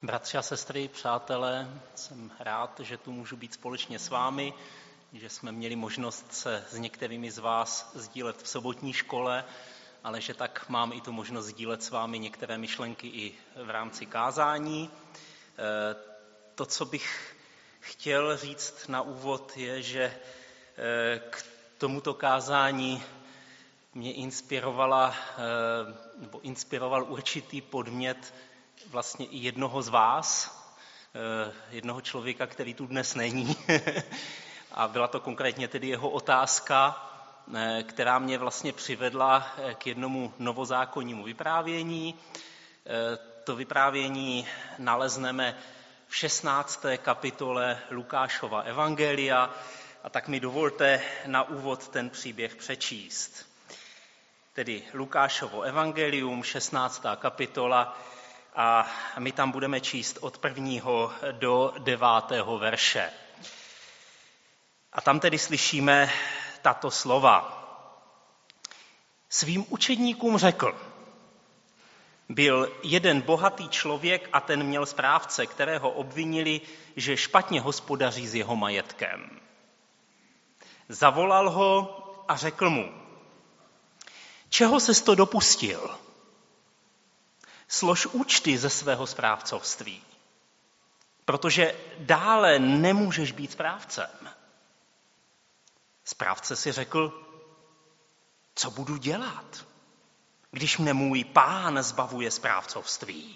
Bratři a sestry, přátelé, jsem rád, že tu můžu být společně s vámi, že jsme měli možnost se s některými z vás sdílet v sobotní škole, ale že tak mám i tu možnost sdílet s vámi některé myšlenky i v rámci kázání. To, co bych chtěl říct na úvod, je, že k tomuto kázání mě inspiroval určitý podnět vlastně i jednoho z vás, jednoho člověka, který tu dnes není. A byla to konkrétně tedy jeho otázka, která mě vlastně přivedla k jednomu novozákonnímu vyprávění. To vyprávění nalezneme v 16. kapitole Lukášova evangelia, a tak mi dovolte na úvod ten příběh přečíst. Tedy Lukášovo evangelium, 16. kapitola, a my tam budeme číst od 1. do 9. verše. A tam tedy slyšíme tato slova. Svým učedníkům řekl: byl jeden bohatý člověk a ten měl správce, kterého obvinili, že špatně hospodaří s jeho majetkem. Zavolal ho a řekl mu: čeho ses to dopustil? Slož účty ze svého správcovství, protože dále nemůžeš být správcem. Správce si řekl: co budu dělat, když mne můj pán zbavuje správcovství?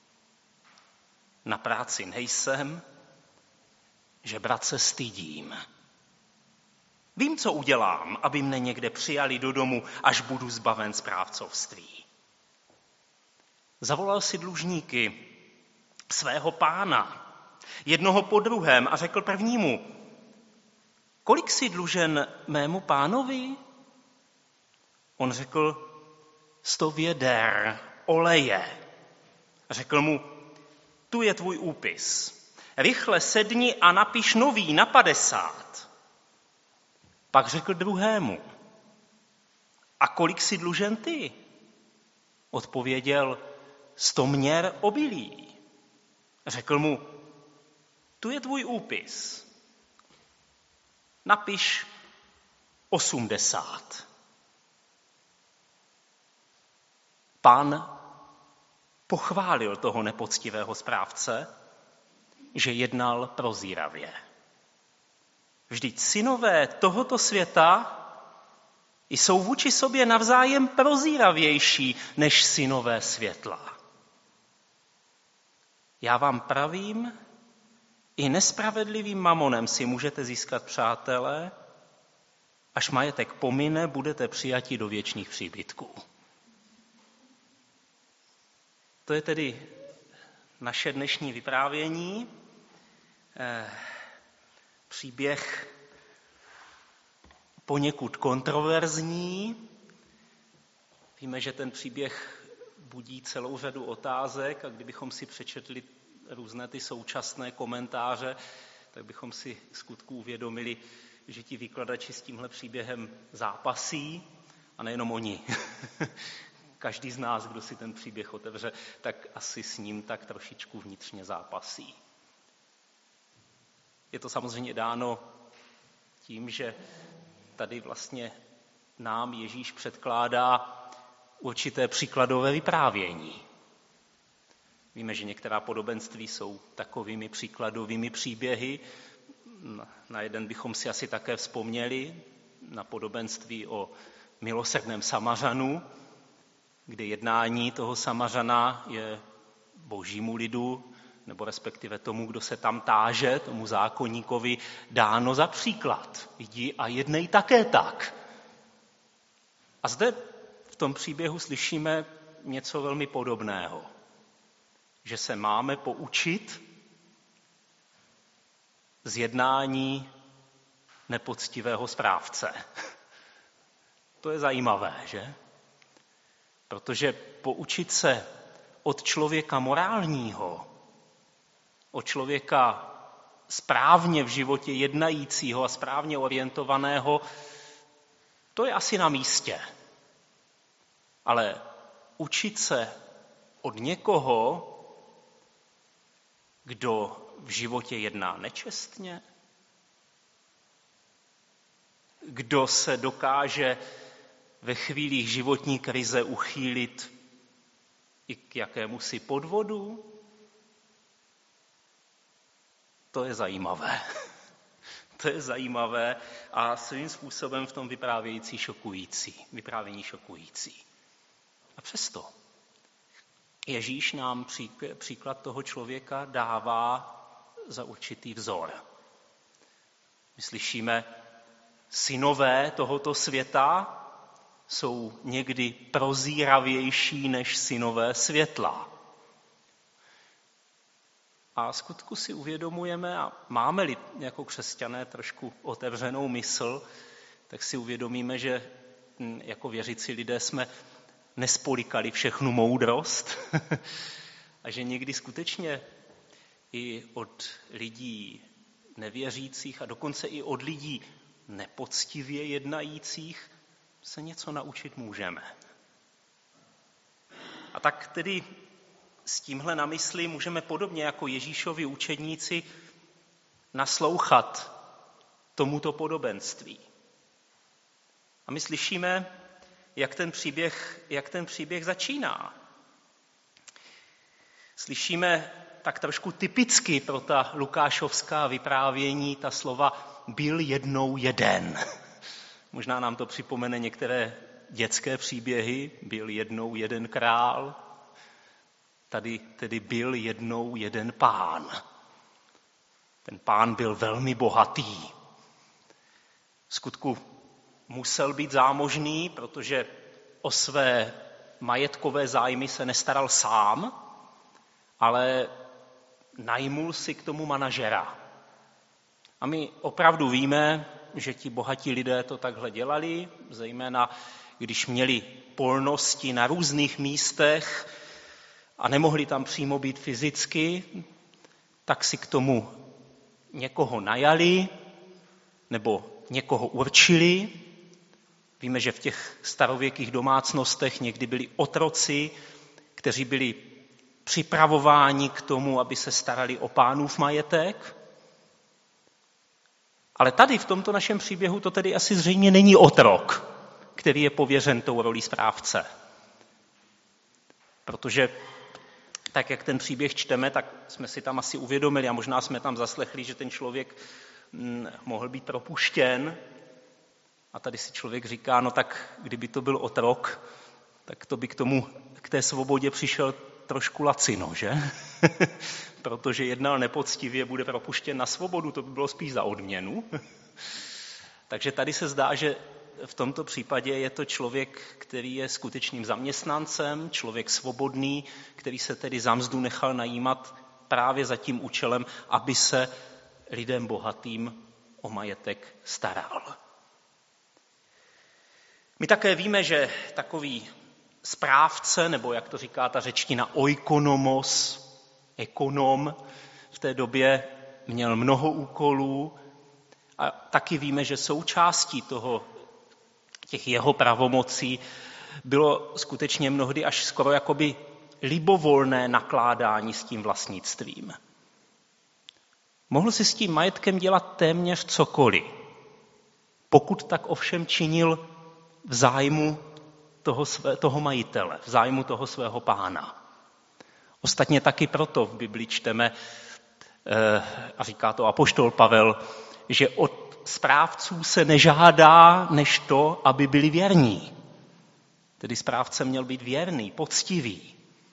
Na práci nejsem, žebrat se stydím. Vím, co udělám, aby mne někde přijali do domu, až budu zbaven správcovství. Zavolal si dlužníky svého pána, jednoho po druhém, a řekl prvnímu: kolik jsi dlužen mému pánovi? On řekl: 100 věder oleje. Řekl mu: tu je tvůj úpis. Rychle sedni a napiš nový na 50. Pak řekl druhému: a kolik jsi dlužen ty? Odpověděl: 100 měr obilí. Řekl mu: tu je tvůj úpis. Napiš 80. Pán pochválil toho nepoctivého správce, že jednal prozíravě. Vždyť synové tohoto světa jsou vůči sobě navzájem prozíravější než synové světla. Já vám pravím, i nespravedlivým mamonem si můžete získat přátele, až majetek pomine, budete přijati do věčných příbytků. To je tedy naše dnešní vyprávění. Příběh poněkud kontroverzní. Víme, že ten příběh budí celou řadu otázek, a kdybychom si přečetli různé ty současné komentáře, tak bychom si skutku uvědomili, že ti vykladači s tímhle příběhem zápasí, a nejenom oni. Každý z nás, kdo si ten příběh otevře, tak asi s ním tak trošičku vnitřně zápasí. Je to samozřejmě dáno tím, že tady vlastně nám Ježíš předkládá určité příkladové vyprávění. Víme, že některá podobenství jsou takovými příkladovými příběhy. Na jeden bychom si asi také vzpomněli, na podobenství o milosrdném Samařanu, kde jednání toho Samařana je božímu lidu, nebo respektive tomu, kdo se tam táže, tomu zákonníkovi, dáno za příklad. Jdi a jednej také tak. A zde v tom příběhu slyšíme něco velmi podobného. Že se máme poučit z jednání nepoctivého správce. To je zajímavé, že? Protože poučit se od člověka morálního, od člověka správně v životě jednajícího a správně orientovaného, to je asi na místě. Ale učit se od někoho, kdo v životě jedná nečestně? Kdo se dokáže ve chvílích životní krize uchýlit i k jakémusi podvodu? To je zajímavé. To je zajímavé a svým způsobem v tom vyprávění šokující. A přesto Ježíš nám příklad toho člověka dává za určitý vzor. My slyšíme, synové tohoto světa jsou někdy prozíravější než synové světla. A skutku si uvědomujeme, a máme-li jako křesťané trošku otevřenou mysl, tak si uvědomíme, že jako věřící lidé jsme nespolikali všechnu moudrost a že někdy skutečně i od lidí nevěřících a dokonce i od lidí nepoctivě jednajících se něco naučit můžeme. A tak tedy s tímhle na mysli můžeme podobně jako Ježíšovi učedníci naslouchat tomuto podobenství. A my slyšíme, jak ten příběh začíná. Slyšíme tak trošku typicky pro ta lukášovská vyprávění ta slova byl jednou jeden. Možná nám to připomene některé dětské příběhy. Byl jednou jeden král, tady tedy byl jednou jeden pán. Ten pán byl velmi bohatý. V skutku musel být zámožný, protože o své majetkové zájmy se nestaral sám, ale najmul si k tomu manažera. A my opravdu víme, že ti bohatí lidé to takhle dělali, zejména když měli polnosti na různých místech a nemohli tam přímo být fyzicky, tak si k tomu někoho najali nebo někoho určili. Víme, že v těch starověkých domácnostech někdy byli otroci, kteří byli připravováni k tomu, aby se starali o pánův majetek. Ale tady v tomto našem příběhu to tedy asi zřejmě není otrok, který je pověřen tou rolí správce. Protože tak, jak ten příběh čteme, tak jsme si tam asi uvědomili a možná jsme tam zaslechli, že ten člověk mohl být propuštěn. A tady si člověk říká, no tak kdyby to byl otrok, tak to by k té svobodě přišel trošku lacino, že? Protože jednal nepoctivě, bude propuštěn na svobodu, to by bylo spíš za odměnu. Takže tady se zdá, že v tomto případě je to člověk, který je skutečným zaměstnancem, člověk svobodný, který se tedy za mzdu nechal najímat právě za tím účelem, aby se lidem bohatým o majetek staral. My také víme, že takový správce, nebo jak to říká ta řečtina oikonomos, ekonom, v té době měl mnoho úkolů a taky víme, že součástí těch jeho pravomocí bylo skutečně mnohdy až skoro jakoby libovolné nakládání s tím vlastnictvím. Mohl si s tím majetkem dělat téměř cokoliv, pokud tak ovšem činil v zájmu toho majitele, v zájmu toho svého pána. Ostatně taky proto v Biblii čteme, a říká to apoštol Pavel, že od správců se nežádá než to, aby byli věrní. Tedy správce měl být věrný, poctivý.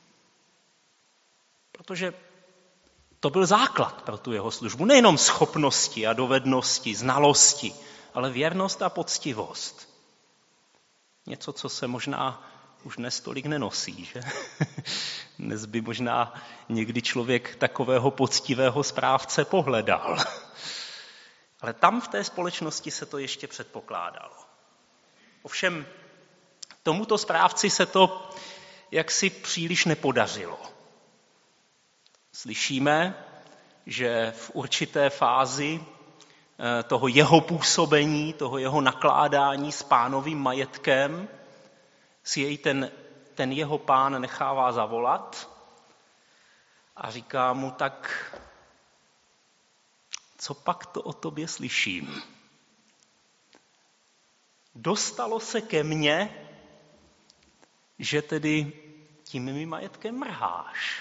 Protože to byl základ pro tu jeho službu. Nejenom schopnosti a dovednosti, znalosti, ale věrnost a poctivost. Něco, co se možná už dnes tolik nenosí, že? Dnes by možná někdy člověk takového poctivého správce pohledal. Ale tam v té společnosti se to ještě předpokládalo. Ovšem tomuto správci se to jaksi příliš nepodařilo. Slyšíme, že v určité fázi toho jeho působení, toho jeho nakládání s pánovým majetkem si jej ten jeho pán nechává zavolat a říká mu, tak co pak to o tobě slyším? Dostalo se ke mně, že tedy tím mým majetkem mrháš.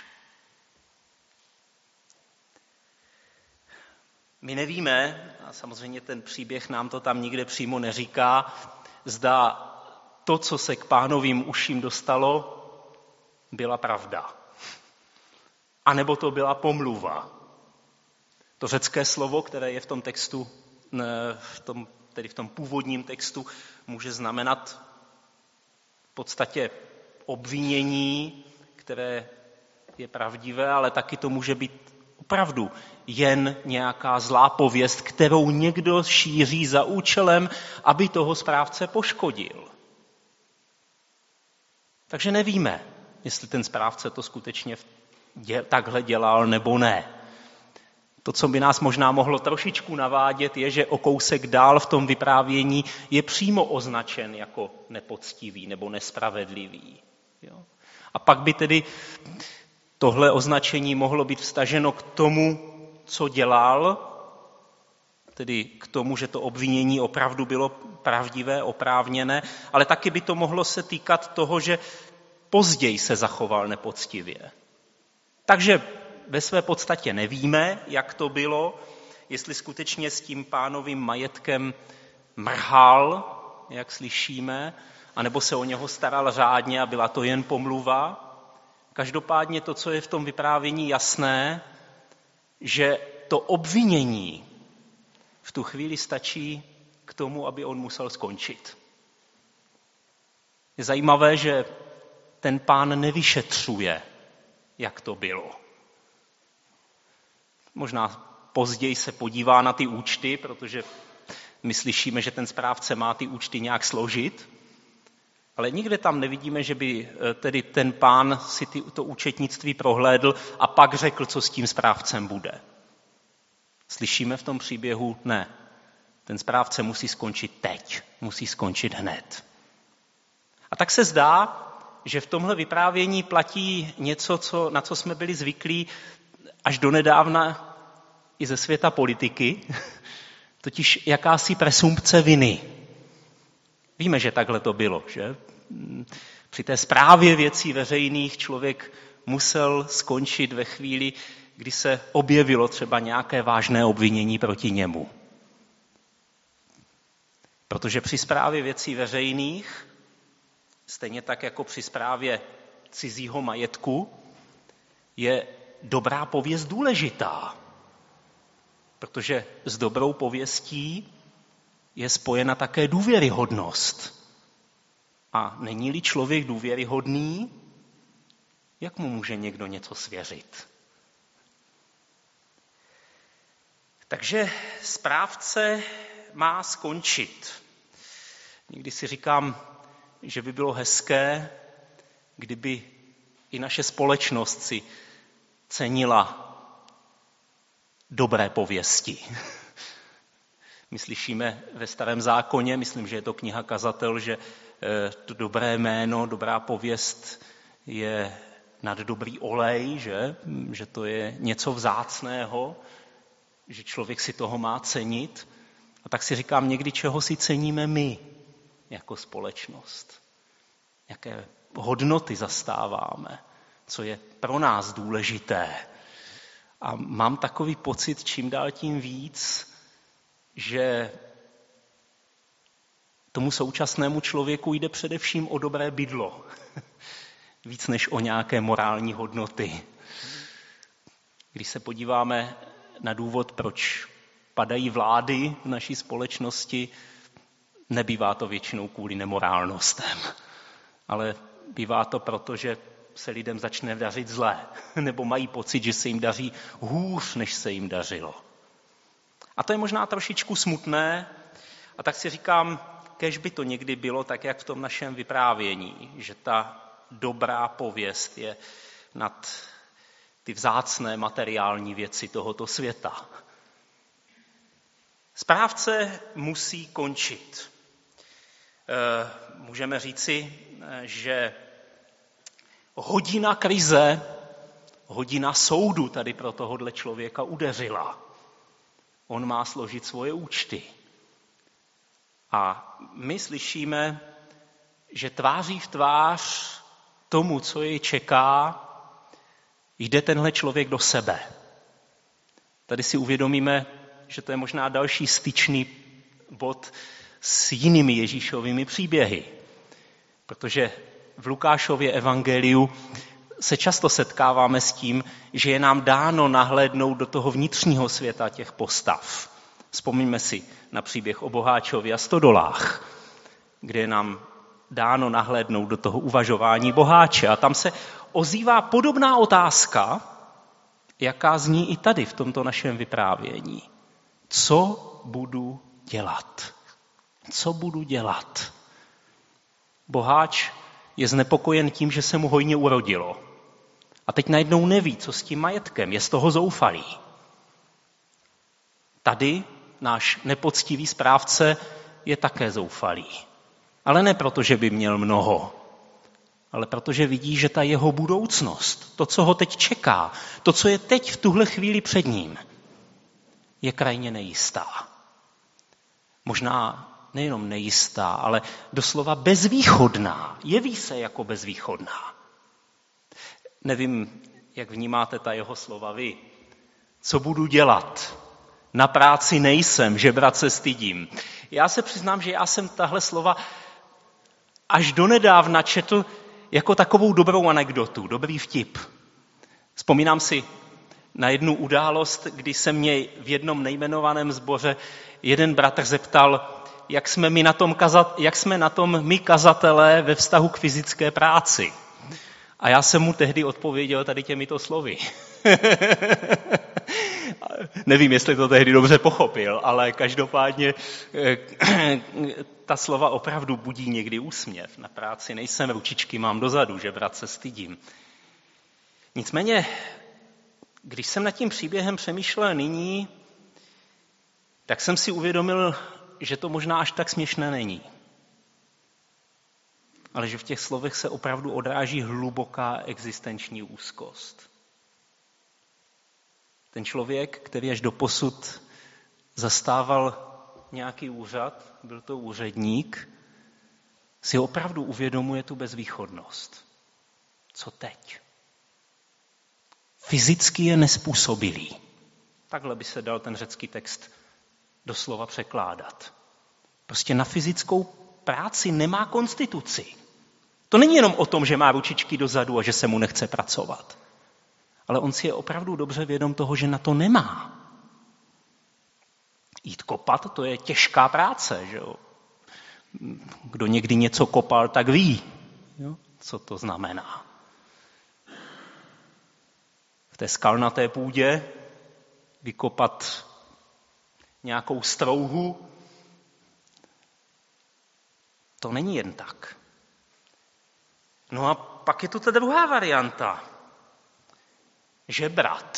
My nevíme, a samozřejmě ten příběh nám to tam nikde přímo neříká, zda to, co se k Pánovým uším dostalo, byla pravda. A nebo to byla pomluva. To řecké slovo, které je v tom textu, tedy v tom původním textu, může znamenat v podstatě obvinění, které je pravdivé, ale taky to může být opravdu jen nějaká zlá pověst, kterou někdo šíří za účelem, aby toho správce poškodil. Takže nevíme, jestli ten správce to skutečně takhle dělal nebo ne. To, co by nás možná mohlo trošičku navádět, je, že o kousek dál v tom vyprávění je přímo označen jako nepoctivý nebo nespravedlivý. Jo? A pak by tedy tohle označení mohlo být vztaženo k tomu, co dělal, tedy k tomu, že to obvinění opravdu bylo pravdivé, oprávněné, ale taky by to mohlo se týkat toho, že později se zachoval nepoctivě. Takže ve své podstatě nevíme, jak to bylo, jestli skutečně s tím Pánovým majetkem mrhal, jak slyšíme, anebo se o něho staral řádně a byla to jen pomluva. Každopádně to, co je v tom vyprávění jasné, že to obvinění v tu chvíli stačí k tomu, aby on musel skončit. Je zajímavé, že ten Pán nevyšetřuje, jak to bylo. Možná později se podívá na ty účty, protože my slyšíme, že ten správce má ty účty nějak složit, ale nikde tam nevidíme, že by tedy ten Pán si to účetnictví prohlédl a pak řekl, co s tím správcem bude. Slyšíme v tom příběhu? Ne. Ten správce musí skončit teď, musí skončit hned. A tak se zdá, že v tomhle vyprávění platí něco, na co jsme byli zvyklí až donedávna i ze světa politiky, totiž jakási presumpce viny. Víme, že takhle to bylo, že? Při té správě věcí veřejných člověk musel skončit ve chvíli, kdy se objevilo třeba nějaké vážné obvinění proti němu. Protože při správě věcí veřejných, stejně tak jako při správě cizího majetku, je dobrá pověst důležitá. Protože s dobrou pověstí je spojena také důvěryhodnost. A není-li člověk důvěryhodný, jak mu může někdo něco svěřit? Takže správce má skončit. Někdy si říkám, že by bylo hezké, kdyby i naše společnost si cenila dobré pověsti. My slyšíme ve Starém zákoně, myslím, že je to kniha Kazatel, že to dobré jméno, dobrá pověst je nad dobrý olej, že to je něco vzácného, že člověk si toho má cenit. A tak si říkám někdy, čeho si ceníme my jako společnost. Jaké hodnoty zastáváme, co je pro nás důležité. A mám takový pocit čím dál tím víc, že tomu současnému člověku jde především o dobré bydlo. Víc než o nějaké morální hodnoty. Když se podíváme na důvod, proč padají vlády v naší společnosti, nebývá to většinou kvůli nemorálnostem. Ale bývá to proto, že se lidem začne dařit zlé. Nebo mají pocit, že se jim daří hůř, než se jim dařilo. A to je možná trošičku smutné. A tak si říkám, kéž by to někdy bylo tak, jak v tom našem vyprávění, že ta dobrá pověst je nad ty vzácné materiální věci tohoto světa. Správce musí končit. Můžeme říci, že hodina krize, hodina soudu tady pro tohohle člověka udeřila. On má složit svoje účty. A my slyšíme, že tváří v tvář tomu, co jej čeká, jde tenhle člověk do sebe. Tady si uvědomíme, že to je možná další styčný bod s jinými Ježíšovými příběhy. Protože v Lukášově evangeliu se často setkáváme s tím, že je nám dáno nahlédnout do toho vnitřního světa těch postav. Vzpomeňme si na příběh o boháčovi a stodolách, kde je nám dáno nahlédnout do toho uvažování boháče. A tam se ozývá podobná otázka, jaká zní i tady v tomto našem vyprávění. Co budu dělat? Co budu dělat? Boháč je znepokojen tím, že se mu hojně urodilo. A teď najednou neví, co s tím majetkem, je z toho zoufalý. Tady náš nepoctivý správce je také zoufalý. Ale ne proto, že by měl mnoho, ale protože vidí, že ta jeho budoucnost, to, co ho teď čeká, to, co je teď v tuhle chvíli před ním, je krajně nejistá. Možná nejenom nejistá, ale doslova bezvýchodná. Jeví se jako bezvýchodná. Nevím, jak vnímáte ta jeho slova vy. Co budu dělat? Na práci nejsem, žebrat se stydím. Já se přiznám, že já jsem tahle slova až donedávna četl jako takovou dobrou anekdotu, dobrý vtip. Vzpomínám si na jednu událost, kdy se mě v jednom nejmenovaném sboře jeden bratr zeptal, jak jsme na tom my kazatelé ve vztahu k fyzické práci. A já jsem mu tehdy odpověděl tady těmito slovy. Nevím, jestli to tehdy dobře pochopil, ale každopádně ta slova opravdu budí někdy úsměv. Na práci nejsem, ručičky mám dozadu, žebrat se stydím. Nicméně, když jsem nad tím příběhem přemýšlel nyní, tak jsem si uvědomil, že to možná až tak směšné není. Ale že v těch slovech se opravdu odráží hluboká existenční úzkost. Ten člověk, který až doposud zastával nějaký úřad, byl to úředník, si opravdu uvědomuje tu bezvýchodnost. Co teď? Fyzicky je nezpůsobilý. Takhle by se dal ten řecký text doslova překládat. Prostě na fyzickou práci nemá konstituci. To není jenom o tom, že má ručičky dozadu a že se mu nechce pracovat. Ale on si je opravdu dobře vědom toho, že na to nemá. Jít kopat, to je těžká práce. Že jo? Kdo někdy něco kopal, tak ví, jo? Co to znamená. V té skalnaté půdě vykopat nějakou strouhu, to není jen tak. No a pak je tu ta druhá varianta. Žebrat.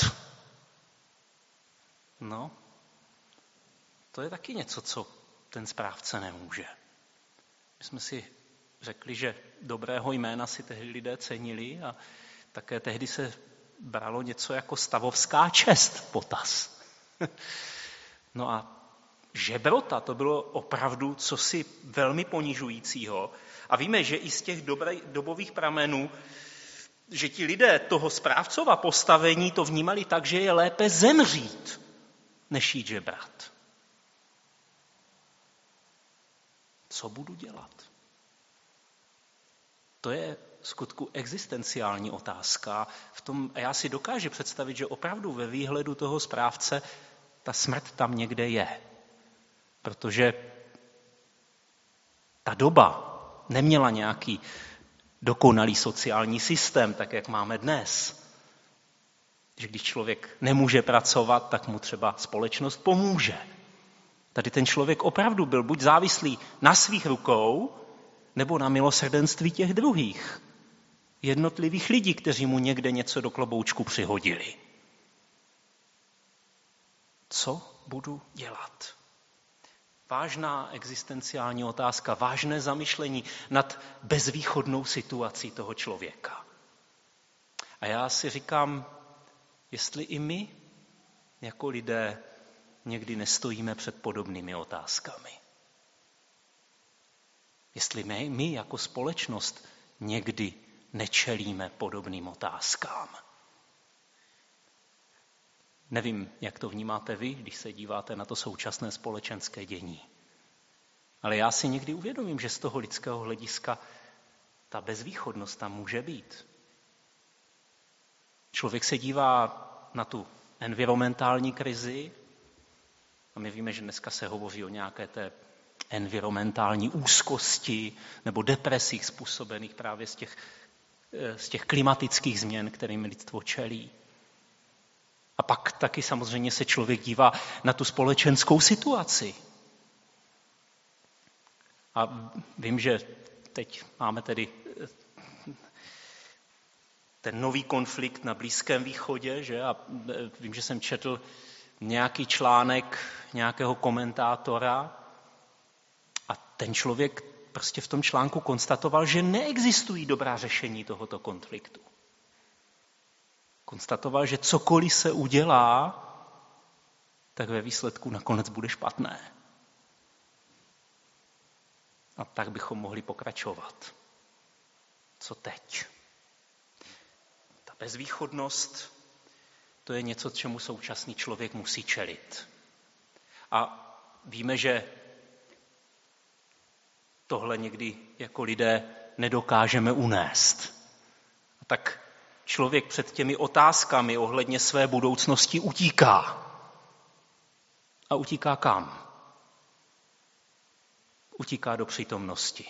No, to je taky něco, co ten správce nemůže. My jsme si řekli, že dobrého jména si tehdy lidé cenili a také tehdy se bralo něco jako stavovská čest v potaz. No a žebrota, to bylo opravdu cosi velmi ponižujícího. A víme, že i z těch dobových pramenů, že ti lidé toho správcova postavení to vnímali tak, že je lépe zemřít, než jít žebrat. Co budu dělat? To je v skutku existenciální otázka. A já si dokážu představit, že opravdu ve výhledu toho správce ta smrt tam někde je. Protože ta doba neměla nějaký dokonalý sociální systém, tak jak máme dnes. Že když člověk nemůže pracovat, tak mu třeba společnost pomůže. Tady ten člověk opravdu byl buď závislý na svých rukou, nebo na milosrdenství těch druhých. Jednotlivých lidí, kteří mu někde něco do kloboučku přihodili. Co budu dělat? Vážná existenciální otázka, vážné zamyšlení nad bezvýchodnou situací toho člověka. A já si říkám, jestli i my, jako lidé, někdy nestojíme před podobnými otázkami. Jestli my jako společnost někdy nečelíme podobným otázkám. Nevím, jak to vnímáte vy, když se díváte na to současné společenské dění. Ale já si někdy uvědomím, že z toho lidského hlediska ta bezvýchodnost tam může být. Člověk se dívá na tu environmentální krizi a my víme, že dneska se hovoří o nějaké té environmentální úzkosti nebo depresích způsobených právě z těch klimatických změn, kterým lidstvo čelí. A pak taky samozřejmě se člověk dívá na tu společenskou situaci. A vím, že teď máme tedy ten nový konflikt na Blízkém východě, že? A vím, že jsem četl nějaký článek nějakého komentátora a ten člověk prostě v tom článku konstatoval, že neexistují dobrá řešení tohoto konfliktu. Konstatoval, že cokoliv se udělá, tak ve výsledku nakonec bude špatné. A tak bychom mohli pokračovat. Co teď? Ta bezvýchodnost, to je něco, čemu současný člověk musí čelit. A víme, že tohle někdy jako lidé nedokážeme unést. A tak člověk před těmi otázkami ohledně své budoucnosti utíká. A utíká kam? Utíká do přítomnosti.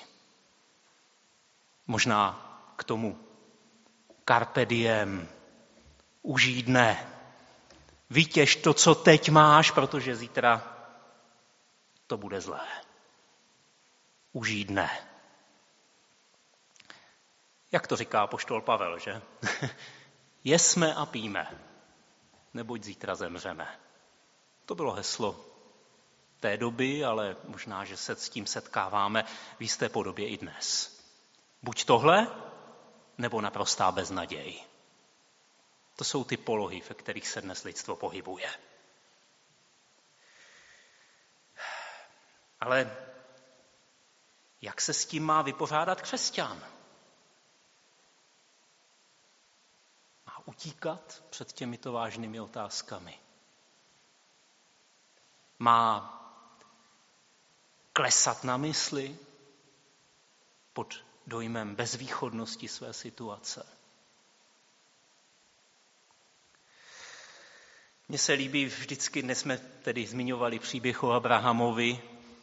Možná k tomu carpe diem, užij dne. Vytěž to, co teď máš, protože zítra to bude zlé. Užij dne. Jak to říká apoštol Pavel, že? Jesme a píme, neboť zítra zemřeme. To bylo heslo té doby, ale možná, že se s tím setkáváme v jisté podobě i dnes. Buď tohle, nebo naprostá beznaděj. To jsou ty polohy, ve kterých se dnes lidstvo pohybuje. Ale jak se s tím má vypořádat křesťan? Má utíkat před těmito vážnými otázkami? Má klesat na mysli pod dojmem bezvýchodnosti své situace? Mně se líbí vždycky, dnes jsme tedy zmiňovali příběh o Abrahamovi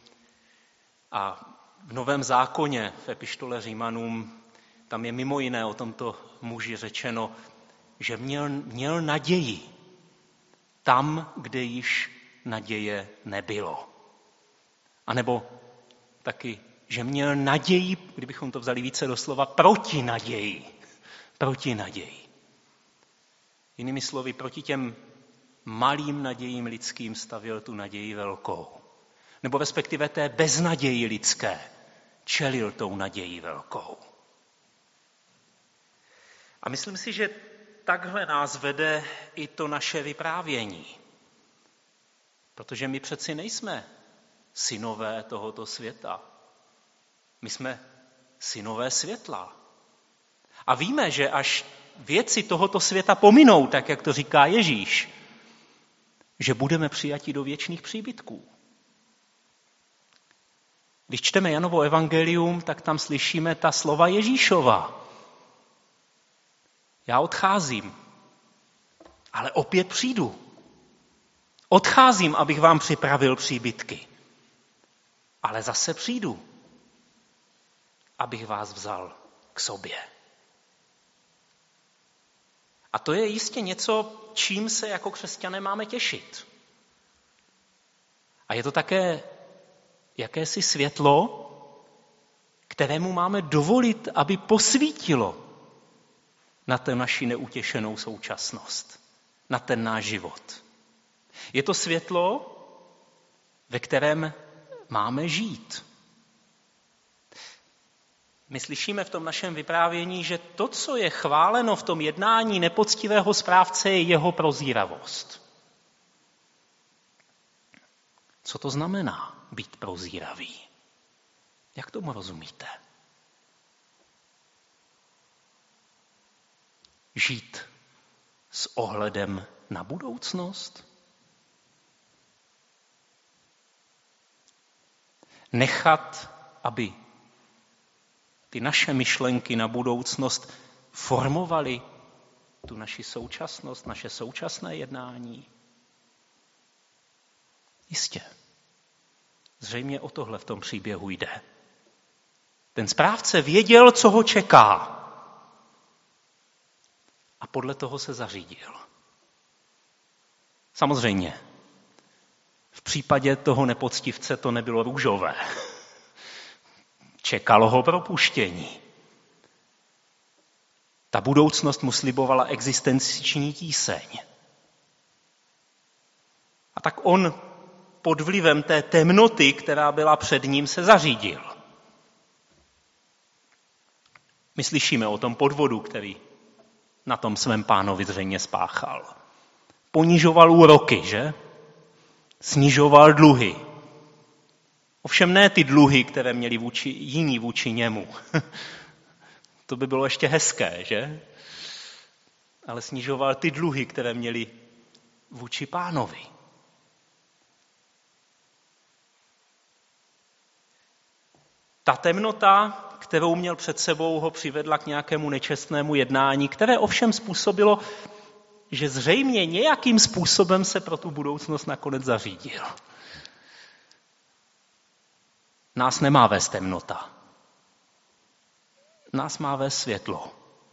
a v Novém zákoně, v epištole Římanům, tam je mimo jiné o tomto muži řečeno, že měl naději tam, kde již naděje nebylo. A nebo taky, že měl naději, kdybychom to vzali více doslova, proti naději. Proti naději. Jinými slovy, proti těm malým nadějím lidským stavěl tu naději velkou. Nebo respektive té beznaději lidské čelil tou naději velkou. A myslím si, že takhle nás vede i to naše vyprávění. Protože my přeci nejsme synové tohoto světa. My jsme synové světla. A víme, že až věci tohoto světa pominou, tak jak to říká Ježíš, že budeme přijati do věčných příbytků. Když čteme Janovo evangelium, tak tam slyšíme ta slova Ježíšova. Já odcházím, ale opět přijdu. Odcházím, abych vám připravil příbytky. Ale zase přijdu, abych vás vzal k sobě. A to je jistě něco, čím se jako křesťané máme těšit. A je to také jakési světlo, kterému máme dovolit, aby posvítilo na tu naši neutěšenou současnost, na ten náš život. Je to světlo, ve kterém máme žít. My slyšíme v tom našem vyprávění, že to, co je chváleno v tom jednání nepoctivého správce, je jeho prozíravost. Co to znamená být prozíravý? Jak tomu rozumíte? Žít s ohledem na budoucnost? Nechat, aby ty naše myšlenky na budoucnost formovaly tu naši současnost, naše současné jednání? Jistě. Zřejmě o tohle v tom příběhu jde. Ten správce věděl, co ho čeká. A podle toho se zařídil. Samozřejmě, v případě toho nepoctivce to nebylo růžové. Čekalo ho propuštění. Ta budoucnost mu slibovala existenční tíseň. A tak on pod vlivem té temnoty, která byla před ním, se zařídil. My slyšíme o tom podvodu, který na tom svém pánovi zřejmě spáchal. Ponižoval úroky, že? Snižoval dluhy. Ovšem ne ty dluhy, které měli jiní vůči němu. To by bylo ještě hezké, že? Ale snižoval ty dluhy, které měli vůči pánovi. Ta temnota, kterou měl před sebou, ho přivedla k nějakému nečestnému jednání, které ovšem způsobilo, že zřejmě nějakým způsobem se pro tu budoucnost nakonec zařídil. Nás nemá vést temnota. Nás má vést světlo.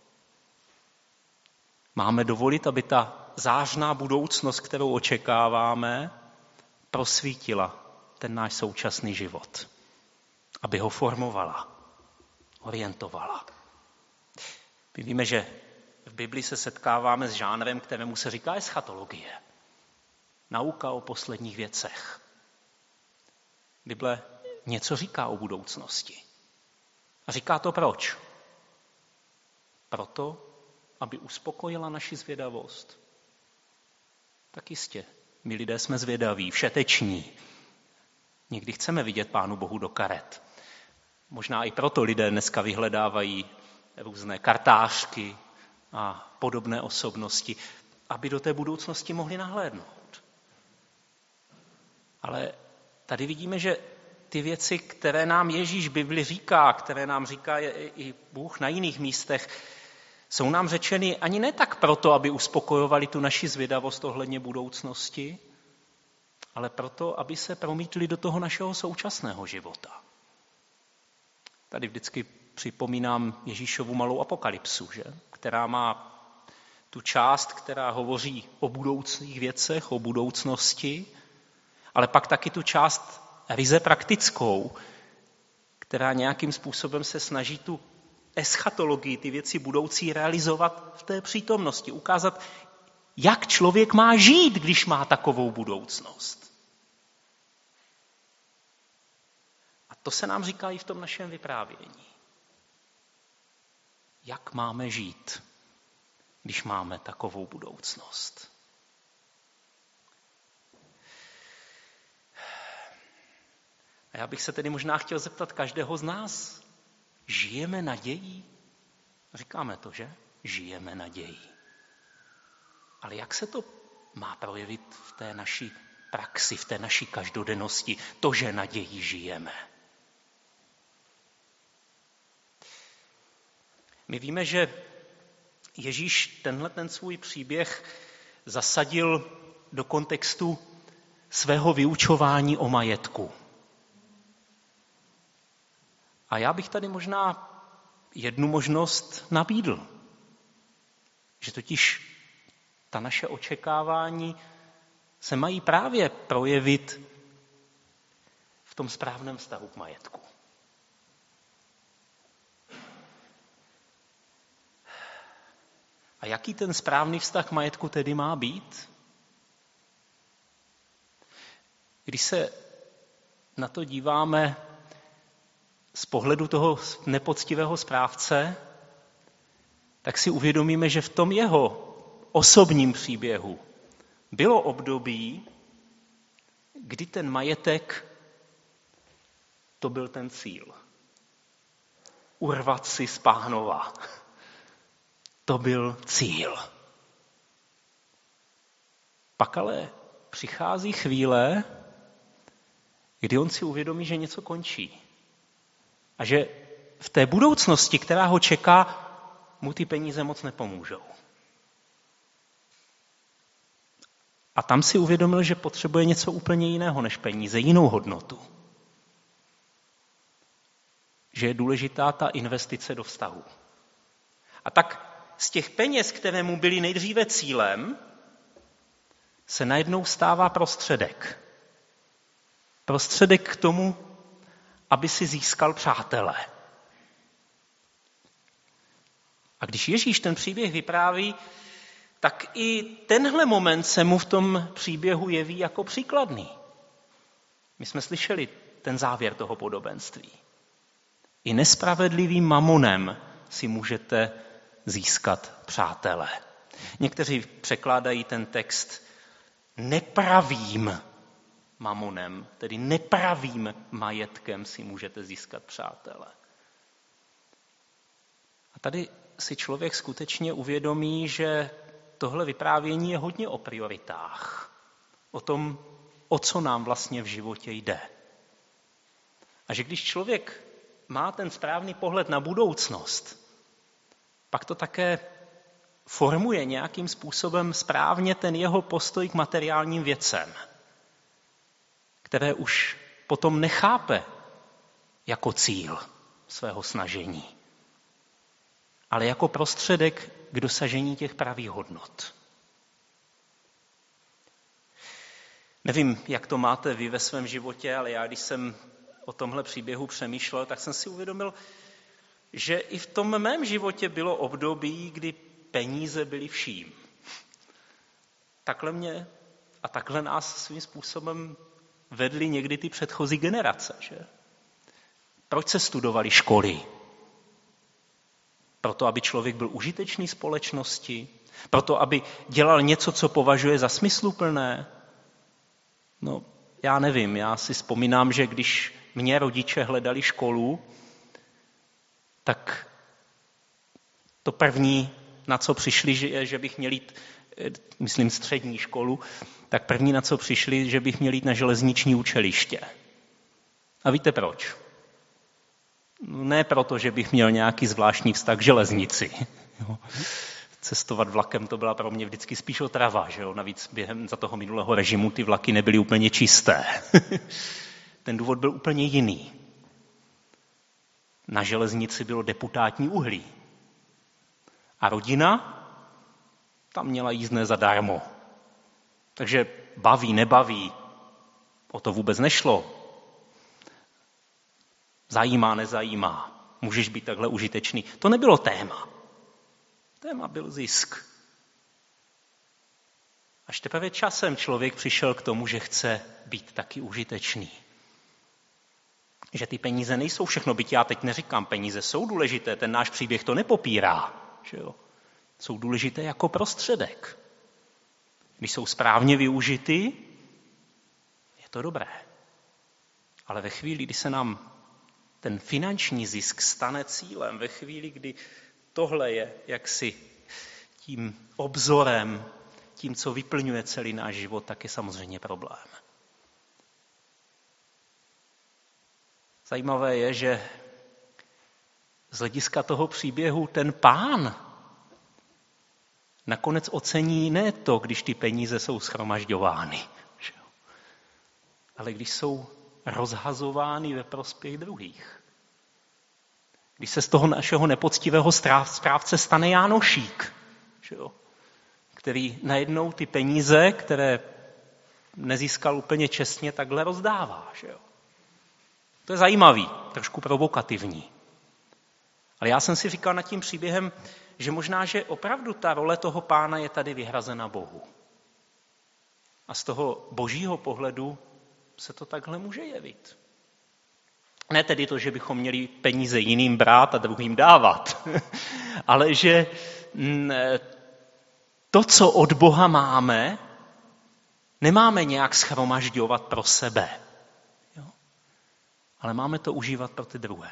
Máme dovolit, aby ta zářná budoucnost, kterou očekáváme, prosvítila ten náš současný život. Aby ho formovala, orientovala. My víme, že v Bibli se setkáváme s žánrem, kterému se říká eschatologie. Nauka o posledních věcech. Bible něco říká o budoucnosti. A říká to proč? Proto, aby uspokojila naši zvědavost. Tak jistě, my lidé jsme zvědaví, všeteční. Někdy chceme vidět Pánu Bohu do karet. Možná i proto lidé dneska vyhledávají různé kartářky a podobné osobnosti, aby do té budoucnosti mohli nahlédnout. Ale tady vidíme, že ty věci, které nám Ježíš v Bibli říká, které nám říká i Bůh na jiných místech, jsou nám řečeny ani ne tak proto, aby uspokojovali tu naši zvědavost ohledně budoucnosti, ale proto, aby se promítli do toho našeho současného života. Tady vždycky připomínám Ježíšovu malou apokalypsu, že? Která má tu část, která hovoří o budoucích věcech, o budoucnosti, ale pak taky tu část ryze praktickou, která nějakým způsobem se snaží tu eschatologii, ty věci budoucí realizovat v té přítomnosti, ukázat, jak člověk má žít, když má takovou budoucnost. A to se nám říká i v tom našem vyprávění. Jak máme žít, když máme takovou budoucnost. A já bych se tedy možná chtěl zeptat každého z nás. Žijeme nadějí? Říkáme to, že? Žijeme nadějí. Ale jak se to má projevit v té naší praxi, v té naší každodennosti, to, že nadějí žijeme? My víme, že Ježíš ten svůj příběh zasadil do kontextu svého vyučování o majetku. A já bych tady možná jednu možnost nabídl. Že totiž ta naše očekávání se mají právě projevit v tom správném vztahu k majetku. A jaký ten správný vztah k majetku tedy má být? Když se na to díváme z pohledu toho nepoctivého správce, tak si uvědomíme, že v tom jeho osobním příběhu bylo období, kdy ten majetek, to byl ten cíl. Urvat si z Pánova. To byl cíl. Pak ale přichází chvíle, kdy on si uvědomí, že něco končí. A že v té budoucnosti, která ho čeká, mu ty peníze moc nepomůžou. A tam si uvědomil, že potřebuje něco úplně jiného než peníze, jinou hodnotu. Že je důležitá ta investice do vztahu. A tak z těch peněz, které mu byly nejdříve cílem, se najednou stává prostředek. Prostředek k tomu, aby si získal přátele. A když Ježíš ten příběh vypráví, tak i tenhle moment se mu v tom příběhu jeví jako příkladný. My jsme slyšeli ten závěr toho podobenství. I nespravedlivým mamonem si můžete získat přátele. Někteří překládají ten text nepravým mamonem, tedy nepravým majetkem si můžete získat přátele. A tady si člověk skutečně uvědomí, že tohle vyprávění je hodně o prioritách. O tom, o co nám vlastně v životě jde. A že když člověk má ten správný pohled na budoucnost, pak to také formuje nějakým způsobem správně ten jeho postoj k materiálním věcem, které už potom nechápe jako cíl svého snažení, ale jako prostředek k dosažení těch pravých hodnot. Nevím, jak to máte vy ve svém životě, ale já, když jsem o tomhle příběhu přemýšlel, tak jsem si uvědomil, že i v tom mém životě bylo období, kdy peníze byly vším. Takhle mě a takhle nás svým způsobem vedly někdy ty předchozí generace. Že? Proč se studovaly školy? Proto, aby člověk byl užitečný společnosti? Proto, aby dělal něco, co považuje za smysluplné? No, já nevím. Já si vzpomínám, že když mě rodiče hledali školu, tak to první, na co přišli, že bych měl jít, myslím střední školu, tak první, na co přišli, že bych měl jít na železniční učiliště. A víte proč? Ne proto, že bych měl nějaký zvláštní vztah k železnici. Cestovat vlakem to byla pro mě vždycky spíš otrava. Že jo? Navíc během za toho minulého režimu ty vlaky nebyly úplně čisté. Ten důvod byl úplně jiný. Na železnici bylo deputátní uhlí. A rodina tam měla jízdné zadarmo. Takže baví, nebaví, o to vůbec nešlo. Zajímá, nezajímá. Můžeš být takhle užitečný. To nebylo téma. Téma byl zisk. Až teprve časem člověk přišel k tomu, že chce být taky užitečný. Že ty peníze nejsou všechno, byť já teď neříkám, peníze jsou důležité, ten náš příběh to nepopírá. Že jo? Jsou důležité jako prostředek. Když jsou správně využity, je to dobré. Ale ve chvíli, kdy se nám ten finanční zisk stane cílem, ve chvíli, kdy tohle je jaksi tím obzorem, tím, co vyplňuje celý náš život, tak je samozřejmě problém. Zajímavé je, že z hlediska toho příběhu ten pán nakonec ocení ne to, když ty peníze jsou shromažďovány, ale když jsou rozhazovány ve prospěch druhých. Když se z toho našeho nepoctivého správce stane Jánošík, který najednou ty peníze, které nezískal úplně čestně, takhle rozdává. Že jo? To je zajímavý, trošku provokativní. Ale já jsem si říkal nad tím příběhem, že možná, že opravdu ta role toho pána je tady vyhrazena Bohu. A z toho božího pohledu se to takhle může jevit. Ne tedy to, že bychom měli peníze jiným brát a druhým dávat, ale že to, co od Boha máme, nemáme nějak shromažďovat pro sebe, jo? Ale máme to užívat pro ty druhé.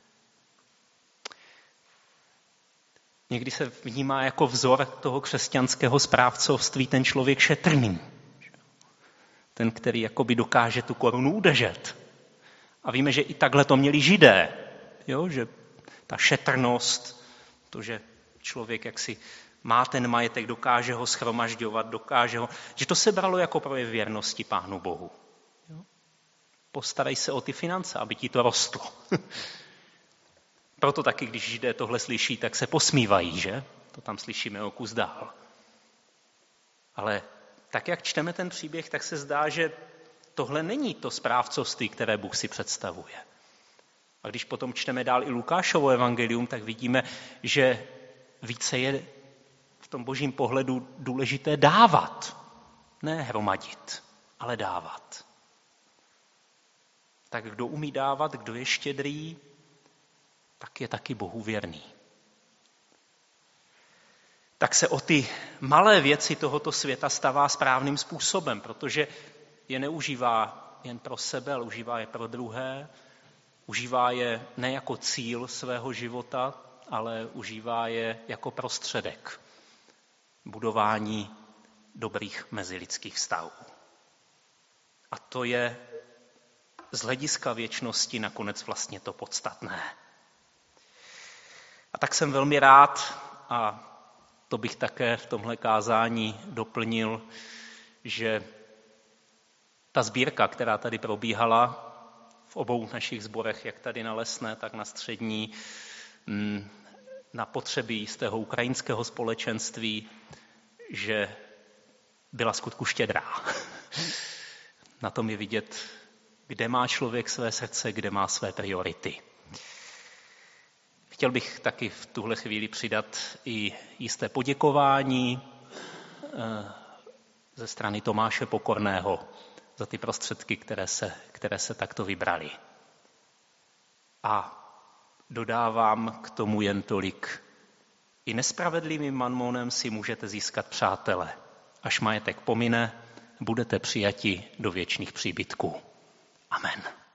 Někdy se vnímá jako vzor toho křesťanského správcovství ten člověk šetrný. Ten, který jakoby dokáže tu korunu udržet. A víme, že i takhle to měli Židé. Jo? Že ta šetrnost, to, že člověk jaksi má ten majetek, dokáže ho shromažďovat, že to se bralo jako projev věrnosti Pánu Bohu. Jo? Postarej se o ty finance, aby ti to rostlo. Proto taky, když Židé tohle slyší, tak se posmívají, že? To tam slyšíme o kus dál. Ale tak, jak čteme ten příběh, tak se zdá, že tohle není to správcovství, které Bůh si představuje. A když potom čteme dál i Lukášovo evangelium, tak vidíme, že více je v tom božím pohledu důležité dávat. Ne hromadit, ale dávat. Tak kdo umí dávat, kdo je štědrý, tak je taky Bohu věrný. Tak se o ty malé věci tohoto světa stává správným způsobem, protože je neužívá jen pro sebe, ale užívá je pro druhé. Užívá je ne jako cíl svého života, ale užívá je jako prostředek budování dobrých mezilidských vztahů. A to je z hlediska věčnosti nakonec vlastně to podstatné. A tak jsem velmi rád, a to bych také v tomhle kázání doplnil, že ta sbírka, která tady probíhala v obou našich sborech, jak tady na Lesné, tak na Střední, na potřeby jistého ukrajinského společenství, že byla skutku štědrá. Na tom je vidět, kde má člověk své srdce, kde má své priority. Chtěl bych taky v tuhle chvíli přidat i jisté poděkování ze strany Tomáše Pokorného za ty prostředky, které se takto vybraly. A dodávám k tomu jen tolik. I nespravedlivým mammonem si můžete získat přátele. Až majetek pomine, budete přijati do věčných příbytků. Amen.